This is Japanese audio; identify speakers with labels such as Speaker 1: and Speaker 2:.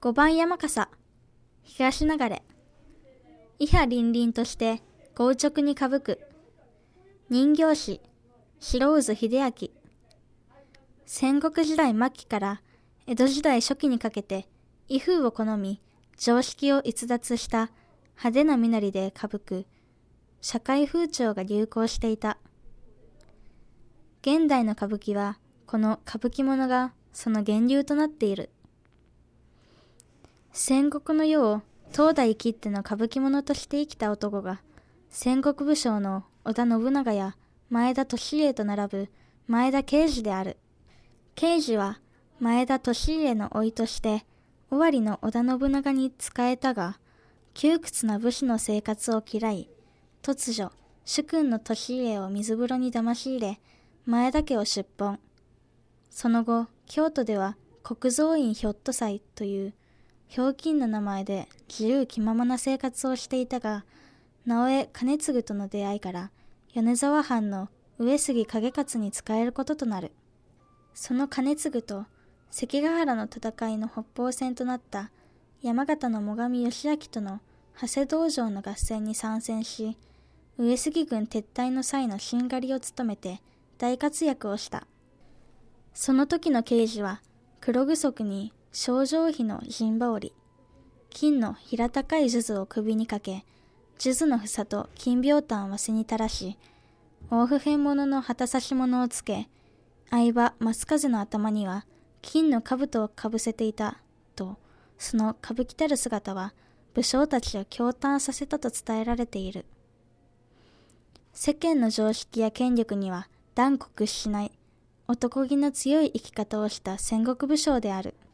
Speaker 1: 五番山笠、東流れ。伊波凛々として豪直にかぶく。人形師、白渦秀明。戦国時代末期から江戸時代初期にかけて、威風を好み、常識を逸脱した派手な身なりでかぶく、社会風潮が流行していた。現代の歌舞伎は、この歌舞伎物がその源流となっている。戦国の世を当代切っての歌舞伎物として生きた男が、戦国武将の織田信長や前田利家と並ぶ前田慶次である。慶次は前田利家の甥として、尾張の織田信長に仕えたが、窮屈な武士の生活を嫌い、突如、主君の利家を水風呂に騙し入れ、前田家を出奔。その後、京都では国蔵院ひょっと祭というひょうきんな名前で自由気ままな生活をしていたが、直江兼続との出会いから米沢藩の上杉景勝に仕えることとなる。その兼続と関ヶ原の戦いの北方戦となった山形の最上義光との長谷道場の合戦に参戦し、上杉軍撤退の際のしんがりを務めて大活躍をした。その時の慶次は黒具足に象状皮の陣羽織、金の平高い数珠を首にかけ、数珠の房と金屏炭を背に垂らし、大普遍物の旗差し物をつけ、相場松風の頭には金の兜をかぶせていたと、その歌舞伎たる姿は武将たちを驚嘆させたと伝えられている。世間の常識や権力には断固屈しない男気の強い生き方をした戦国武将である。